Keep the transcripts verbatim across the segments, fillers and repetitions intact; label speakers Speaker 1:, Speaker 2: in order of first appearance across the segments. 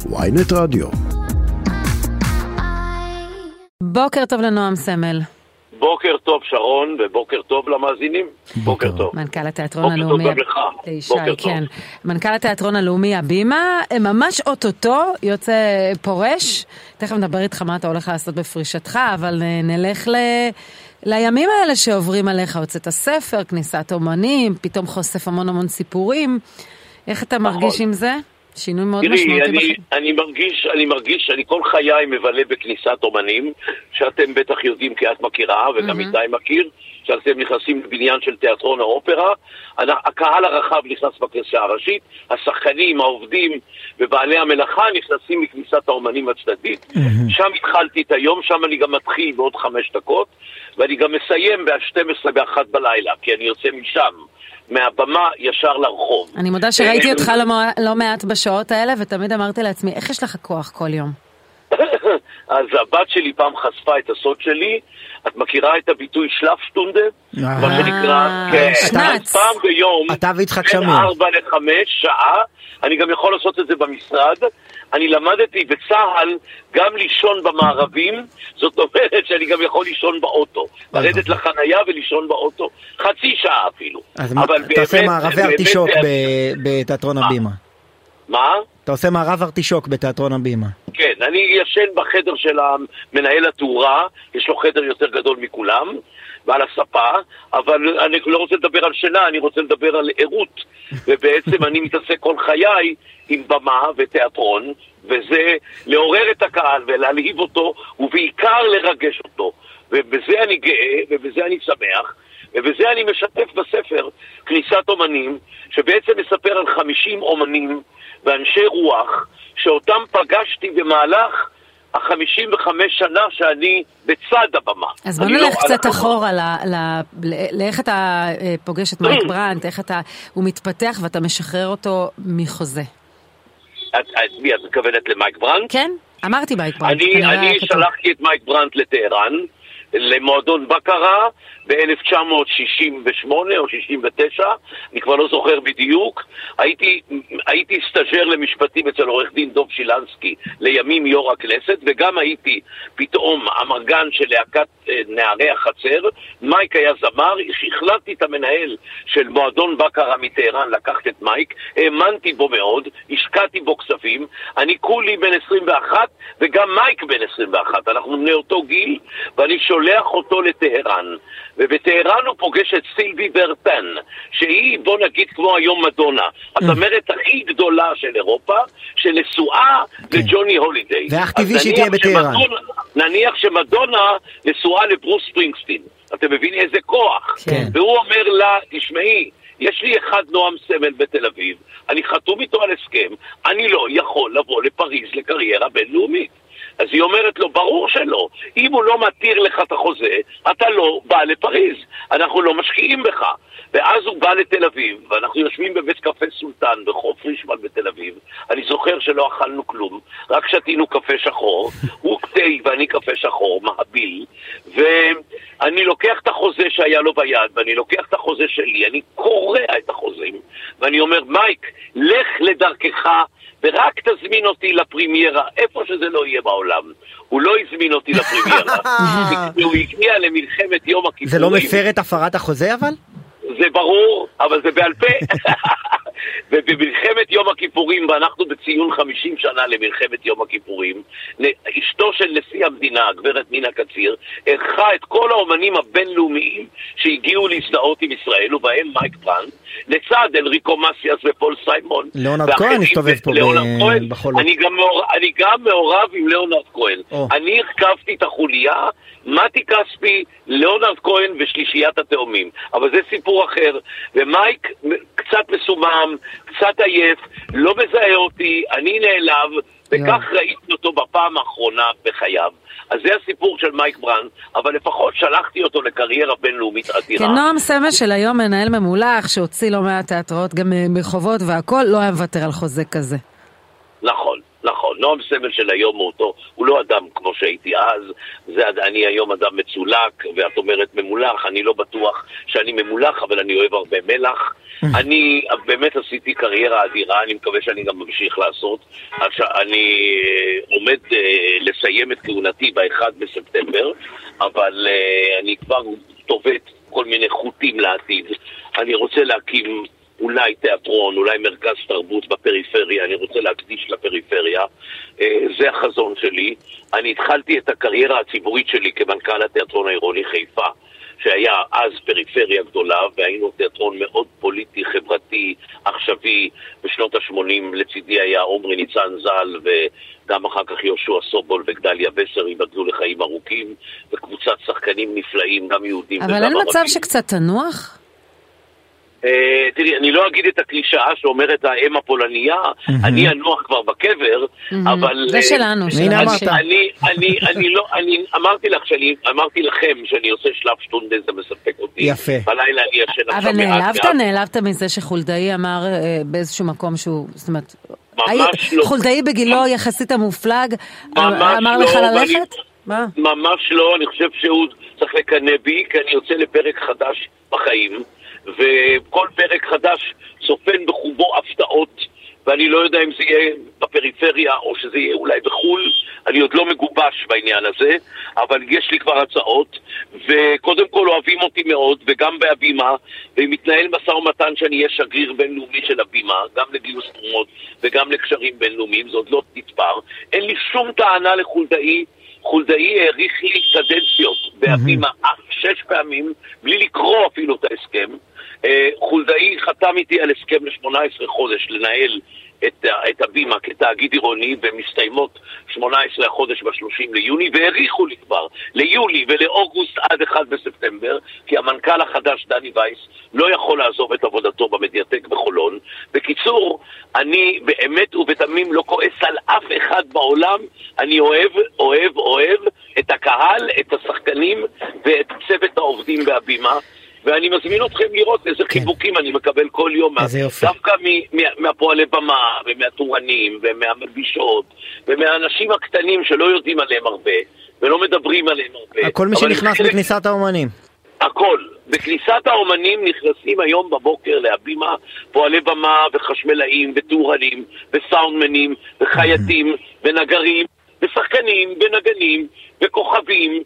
Speaker 1: וויינט רדיו.
Speaker 2: בוקר טוב לנועם סמל.
Speaker 3: בוקר טוב שרון, ובוקר טוב למאזינים. בוקר טוב.
Speaker 2: מנכ"ל התיאטרון הלאומי.
Speaker 3: בוקר טוב גם לך.
Speaker 2: לישי, כן. מנכ"ל התיאטרון הלאומי הבימה, ממש אוטוטו יוצא פורש. תכף נדבר איתך מה אתה הולך לעשות בפרישתך, אבל נלך ל... לימים האלה שעוברים עליך, הוצאת הספר, כניסת אומנים, פתאום חושף המון המון סיפורים. איך אתה מרגיש עם זה? שינוי מאוד משמעותי בחיים.
Speaker 3: אני מרגיש, אני מרגיש שאני כל חיי מבלה בכניסת אומנים, שאתם בטח יודעים כי את מכירה, וגם איתי מכיר, שאתם נכנסים לבניין של תיאטרון האופרה, הקהל הרחב נכנס בכניסה הראשית, השחקנים, העובדים ובעלי המלאכה נכנסים מכניסת האומנים הצדדית. שם התחלתי את היום, שם אני גם מתחיל בעוד חמש דקות, ואני גם מסיים ב-שתים עשרה ואחת בלילה, כי אני יוצא משם. מהבמה ישר לרחוב.
Speaker 2: אני מודה שראיתי אותך לא מעט בשעות האלה, ותמיד אמרתי לעצמי, איך יש לך כוח כל יום?
Speaker 3: אז הבת שלי פעם חשפה את הסוד שלי, את מכירה את הביטוי שלאפשטונדה? מה שנקרא,
Speaker 2: שנץ.
Speaker 3: פעם ביום,
Speaker 4: אתה ויצחק שמיר.
Speaker 3: בין ארבע לחמש שעה, אני גם יכול לעשות את זה במשרד, אני למדתי בצהל גם לישון במערבים, זאת אומרת שאני גם יכול לישון באוטו, לרדת לחנייה ולישון באוטו, חצי שעה אפילו.
Speaker 4: אז אתה עושה מערבי ארטישוק בתיאטרון הבימה.
Speaker 3: מה?
Speaker 4: אתה עושה מערב ארטישוק בתיאטרון הבימה.
Speaker 3: כן, אני ישן בחדר של מנהל התאורה, יש לו חדר יותר גדול מכולם, ועל הספה, אבל אני לא רוצה לדבר על שינה, אני רוצה לדבר על עירות, ובעצם אני מתעסק כל חיי עם במה ותיאטרון, וזה לעורר את הקהל ולהלהיב אותו, ובעיקר לרגש אותו, ובזה אני גאה, ובזה אני שמח, ובזה אני משתף בספר כניסת אומנים, שבעצם מספר על חמישים אומנים ואנשי רוח, שאותם פגשתי במהלך החמישים וחמש שנה שאני בצד הבמה.
Speaker 2: אז בוא נלך קצת אחורה לאיך אתה פוגש את מייק ברנט, איך אתה, הוא מתפתח ואתה משחרר אותו מחוזה.
Speaker 3: מי, את מכוונת למייק ברנט?
Speaker 2: כן, אמרתי מייק ברנט.
Speaker 3: אני שלחתי את מייק ברנט לטהרן, למועדון בקרה ב-אלף תשע מאות שישים ושמונה או שישים ותשע, אני כבר לא זוכר בדיוק. הייתי, הייתי סטאז'ר למשפטים אצל עורך דין דוב שילנסקי, לימים יו"ר הכנסת, וגם הייתי פתאום המרגן של להקת נערי החצר. מייק היה זמר, החלטתי את המנהל של מועדון בקרה מטהרן, לקחת את מייק, האמנתי בו מאוד, השקעתי בו כספים, אני כולי בן עשרים ואחת וגם מייק בן עשרים ואחת, אנחנו בני אותו גיל, ואני שולח אותו לטהרן. ובטהרן הוא פוגש את סילבי ברטן, שהיא, בוא נגיד, כמו היום מדונה, הזמרת הכי גדולה של אירופה, שנשואה לג'וני הולידיי.
Speaker 4: ואך טבעי שהיא תהיה בטהרן.
Speaker 3: נניח שמדונה נשואה לברוס ספרינגסטין. אתם מבינים איזה כוח. והוא אומר לה, תשמעי, יש לי אחד נועם סמל בתל אביב, אני חתום איתו על הסכם, אני לא יכול לבוא לפריז לקריירה בינלאומית. אז היא אומרת לו, ברור שלא. אם הוא לא מתיר לך את החוזה, אתה לא בא לפריז. אנחנו לא משקיעים בך. ואז הוא בא לתל אביב, ואנחנו יושבים בבית קפה סולטן, בחוף רישמן בתל אביב. אני זוכר שלא אכלנו כלום, רק שתינו קפה שחור. הוא תה ואני קפה שחור, מהביל. ואני לוקח את החוזה שהיה לו ביד, ואני לוקח את החוזה שלי, אני קורע את החוזים, ואני אומר, מייק, לך לדרכך, ורק תזמין אותי לפרימיירה, איפה שזה לא יהיה בעולם. הוא לא הזמין אותי לפרימיירה. הוא הגיע למלחמת יום הכיפורים.
Speaker 4: זה לא מפר את הפרת החוזה אבל?
Speaker 3: זה ברור, אבל זה בעל פה. ובמלחמת יום הכיפורים, ואנחנו בציון חמישים שנה למלחמת יום הכיפורים, אשתו של נשיא המדינה, הגברת מינה קציר, ערכה את כל האומנים הבינלאומיים שהגיעו להזדהות עם ישראל, ובהם מייק ברנט, לצד אנריקו מסיאס ופול סיימון.
Speaker 4: ליאונרד כהן הסתובב פה בחולות.
Speaker 3: אני גם, מעור, אני גם מעורב עם ליאונרד כהן. Oh. אני הרכבתי את החוליה, מתי כספי, ליאונרד כהן ושלישיית התאומים. אבל זה סיפור אחר. ומייק קצת מסומם, קצת עייף, לא מזהה אותי, אני נעלב, וכך yeah. ראיתי אותו בפעם האחרונה בחייו. אז זה הסיפור של מייק ברנט, אבל לפחות שלחתי אותו לקריירה בינלאומית עתירה.
Speaker 2: כן, נועם סמל של היום מנהל ממולח, שהוציא לא מעט תיאטראות, גם מחובות והכל, לא היה מוותר על חוזה כזה.
Speaker 3: נכון, נכון. נועם סמל של היום הוא אותו, הוא לא אדם כמו שהייתי אז, זה, אני היום אדם מצולק, ואת אומרת ממולח, אני לא בטוח שאני ממולח, אבל אני אוהב הרבה מלח. אני באמת עשיתי קריירה אדירה, אני מקווה שאני גם ממשיך לעשות. עכשיו, אני עומד לסיים את כהונתי ב-אחד בספטמבר, אבל אני כבר טובת כל מיני חוטים לעתיד. אני רוצה להקים אולי תיאטרון, אולי מרכז תרבות בפריפריה, אני רוצה להקדיש לפריפריה. זה החזון שלי. אני התחלתי את הקריירה הציבורית שלי כמנכ"ל התיאטרון העירוני חיפה, שהיה אז פריפריה גדולה, והיינו תיאטרון מאוד פוליטי, חברתי, עכשווי. בשנות ה-שמונים לצידי היה עומרי ניצן ז"ל, וגם אחר כך יהושע סובול וגדליה בסר ייבדלו לחיים ארוכים, וקבוצת שחקנים נפלאים, גם יהודים וגם ערבים.
Speaker 2: אבל אין מצב שקצת תנוח?
Speaker 3: תראי, אני לא אגיד את הקלישאה שאומרת האם הפולניה, אני אנוח כבר בקבר, אבל...
Speaker 2: זה שלנו,
Speaker 4: הנה אמרת.
Speaker 3: אני לא, אני אמרתי לך שאני, אמרתי לכם שאני עושה שלב שטונדה, זה מספק אותי.
Speaker 4: יפה.
Speaker 3: בלילה אני ישן עכשיו
Speaker 2: אבל נעלבת, נעלבת מזה שחולדאי אמר באיזשהו מקום שהוא, זאת אומרת, חולדאי בגילו יחסית המופלג, אמר לך ללכת?
Speaker 3: ממש לא, אני חושב שהוא צריך לקנא בי, כי אני יוצא לפרק חדש בחיים, וכל פרק חדש צופן בחובו הפתעות, ואני לא יודע אם זה יהיה בפריפריה או שזה יהיה אולי בחול, אני עוד לא מגובש בעניין הזה, אבל יש לי כבר הצעות, וקודם כל אוהבים אותי מאוד, וגם בהבימה, ומתנהל משא ומתן שאני אהיה שגריר בינלאומי של הבימה, גם לגיוס תרומות וגם לקשרים בינלאומיים, זה עוד לא תתפר. אין לי שום טענה לחולדאי, חולדאי העריך לי קדנציות בהבימה שש פעמים, בלי לקרוא אפילו את ההסכם. חולדאי חתם איתי על הסכם ל-שמונה עשרה חודש לנהל את, את הבימה כתאגיד עירוני, ומסתיימות שמונה עשרה חודש ב-שלושים ליוני, והעריכו לי כבר ליולי ולאוגוסט עד אחד בספטמבר, כי המנכ"ל החדש דני וייס לא יכול לעזוב את עבודתו במדיאטק בחולון. בקיצור, אני באמת ובתמים לא כועס על אף אחד בעולם, אני אוהב, אוהב, אוהב את הקהל, את השחקנים ואת צוות העובדים בהבימה, ואני מזמין אתכם לראות איזה חיבוקים אני מקבל כל יום, דווקא מהפועלי במה ומהתורנים ומהמלבישות ומהאנשים הקטנים שלא יודעים עליהם הרבה ולא מדברים עליהם הרבה.
Speaker 4: הכל מי שנכנס בכניסת האומנים.
Speaker 3: הכל. בכניסת האומנים נכנסים היום בבוקר להבימה פועלי במה וחשמלאים ותאורנים וסאונדמנים וחייטים ונגרים ושחקנים ונגנים וכוכבים,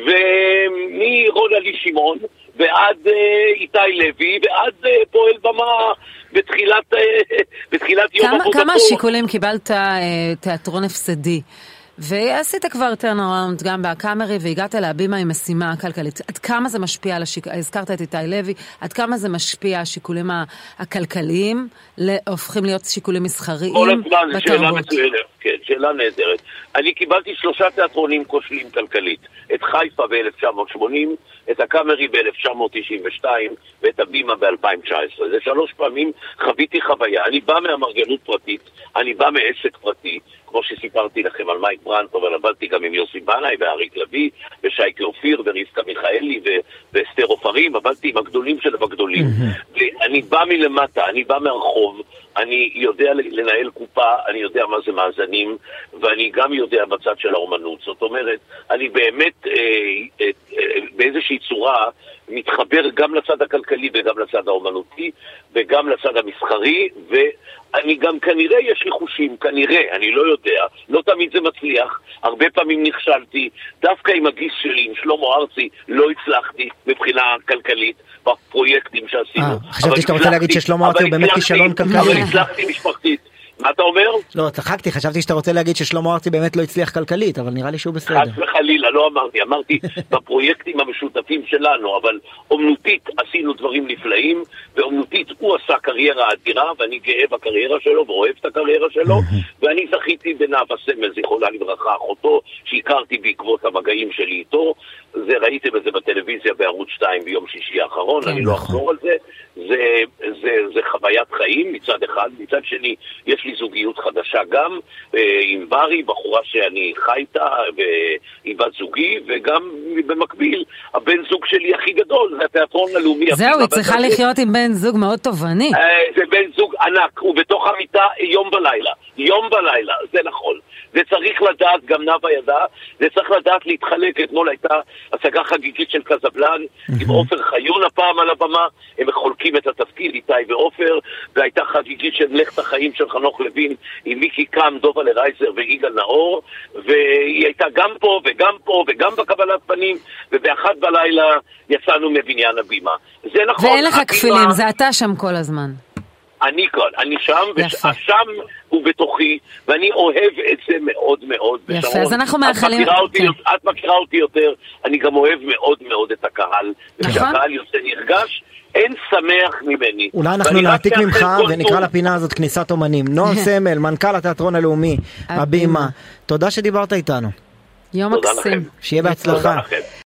Speaker 3: ומרונה לי שמעון ועד איתי לוי ועד פועל במה בתחילת, בתחילת יום עבודתו.
Speaker 2: כמה שיקולים קיבלת תיאטרון הפסדי? ועשית כבר טרנראונד גם בהקאמרי, והגעת להבימה עם משימה הכלכלית. עד כמה זה משפיע על השיקולים, הזכרת את איתי לוי, עד כמה זה משפיע השיקולים הכלכליים, הופכים להיות שיקולים מסחריים בתרבות?
Speaker 3: כל הזמן, שאלה מצוינת, כן, שאלה נהדרת. אני קיבלתי שלושה תיאטרונים כושלים כלכלית, את חיפה ב-אלף תשע מאות שמונים, את הקאמרי ב-אלף תשע מאות תשעים ושתיים, ואת הבימה ב-אלפיים תשע עשרה. זה שלוש פעמים חוויתי חוויה. אני בא מהמרגנות פרטית, אני בא מעסק פרטי, כמו שסיפרתי לכם על מייק ברנט, אבל עבדתי גם עם יוסי בנאי ואריק לוי ושייקה אופיר ורבקה מיכאלי ואסתר עופרים, עבדתי עם הגדולים של הגדולים. ואני בא מלמטה, אני בא מהרחוב, אני יודע לנהל קופה, אני יודע מה זה מאזנים, ואני גם יודע בצד של האומנות. זאת אומרת, אני באמת אה, אה, אה, באיזושהי צורה מתחבר גם לצד הכלכלי וגם לצד האומנותי וגם לצד המסחרי, ואני גם כנראה יש לי חושים, כנראה, אני לא יודע, לא תמיד זה מצליח, הרבה פעמים נכשלתי, דווקא עם הגיס שלי, עם שלמה ארצי, לא הצלחתי מבחינה כלכלית בפרויקטים שעשינו.
Speaker 4: אה, חשבתי שאתה רוצה להגיד ששלמה ארצי הוא באמת כישלון כלכלי.
Speaker 3: אבל הצלחתי משפחתית. מה אתה אומר?
Speaker 4: לא, צחקתי, חשבתי שאתה רוצה להגיד ששלמה ארצי באמת לא הצליח כלכלית, אבל נראה לי שהוא בסדר.
Speaker 3: חס וחלילה, לא אמרתי, אמרתי בפרויקטים המשותפים שלנו, אבל אומנותית עשינו דברים נפלאים, ואומנותית הוא עשה קריירה אדירה, ואני גאה בקריירה שלו, ואוהב את הקריירה שלו, ואני זכיתי בנאווה סמל, זיכרונה לברכה, אחותו, שהכרתי בעקבות המגעים שלי איתו, זה ראיתם את זה בטלוויזיה בערוץ שתיים ביום שישי האחרון, אני לא אחזור על זה, זה, זה, זה חוויית חיים מצד אחד, מצד שני יש לי זוגיות חדשה גם עם ברי, בחורה שאני חי איתה והיא בת זוגי, וגם במקביל הבן זוג שלי הכי גדול, זה התיאטרון הלאומי.
Speaker 2: זהו, היא צריכה לחיות עם בן זוג מאוד תובעני.
Speaker 3: זה בן זוג ענק, הוא בתוך המיטה יום בלילה, יום בלילה, זה נכון. זה צריך לדעת, גם נאוה ידע, זה צריך לדעת להתחלק. אתמול הייתה הצגה חגיגית של קזבלן, עם עופר חיון הפעם על הבמה, הם מחולקים את התפקיד, איתי ועופר, והייתה חגיגית של לכת החיים של חנוך לוין, עם מיקי קם, דובה לרייזר ויגאל נאור, והיא הייתה גם פה וגם פה וגם בקבלת פנים, ובאחד בלילה יצאנו מבניין הבימה. זה נכון.
Speaker 2: ואין לך כפילים, זה אתה שם כל הזמן.
Speaker 3: אני כאן, אני שם, ושם הוא בתוכי, ואני אוהב את זה מאוד מאוד.
Speaker 2: יפה, אז אנחנו מאחלים...
Speaker 3: את מכירה אותי יותר, אני גם אוהב מאוד מאוד את הקהל, וכשהקהל יוצא נרגש, אין שמח ממני.
Speaker 4: אולי אנחנו נעתיק ממך ונקרא לפינה הזאת כניסת אומנים. נועם סמל, מנכ"ל התיאטרון הלאומי, הבימה, תודה שדיברת איתנו.
Speaker 2: יום מקסים.
Speaker 4: שיהיה בהצלחה.